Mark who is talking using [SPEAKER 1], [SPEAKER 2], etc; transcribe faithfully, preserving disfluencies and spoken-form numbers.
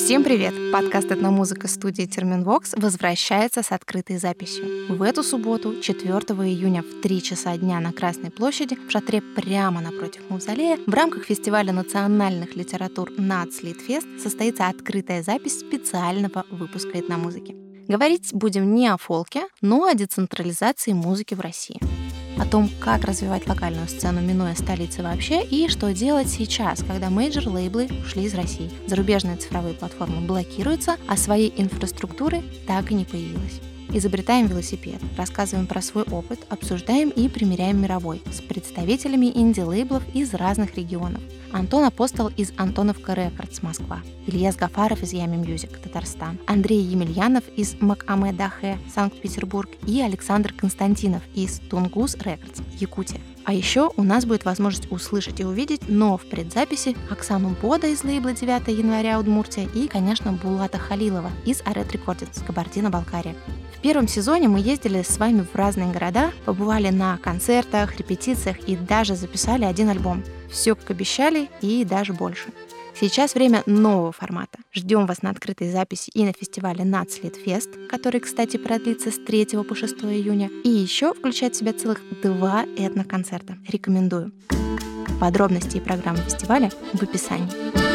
[SPEAKER 1] Всем привет! Подкаст «Этномузыка» студии Терминвокс возвращается с открытой записью. В эту субботу, четвёртого июня в три часа дня на Красной площади, в шатре прямо напротив Мавзолея, в рамках фестиваля национальных литератур «Нацлитфест» состоится открытая запись специального выпуска этномузыки. Говорить будем не о фолке, но о децентрализации музыки в России. О том, как развивать локальную сцену, минуя столицы вообще, и что делать сейчас, когда мейджор-лейблы ушли из России. Зарубежные цифровые платформы блокируются, а своей инфраструктуры так и не появилось. Изобретаем велосипед, рассказываем про свой опыт, обсуждаем и примеряем мировой с представителями инди-лейблов из разных регионов. Антон Апостол из Антоновка Рекордс, Москва, Ильяс Гафаров из Ями Мьюзик, Татарстан, Андрей Емельянов из Макаме Дахе, Санкт-Петербург и Александр Константинов из Тунгус Рекордс, Якутия. А еще у нас будет возможность услышать и увидеть, но в предзаписи, Оксану Бода из лейбла девятого января Удмуртия и, конечно, Булата Халилова из Арет Рекордс, Кабардино-Балкария. В первом сезоне мы ездили с вами в разные города, побывали на концертах, репетициях и даже записали один альбом. Все как обещали и даже больше. Сейчас время нового формата. Ждем вас на открытой записи и на фестивале Нацлитфест, который, кстати, продлится с третьего по шестое июня, и еще включает в себя целых два этноконцерта. Рекомендую. Подробности и программы фестиваля в описании.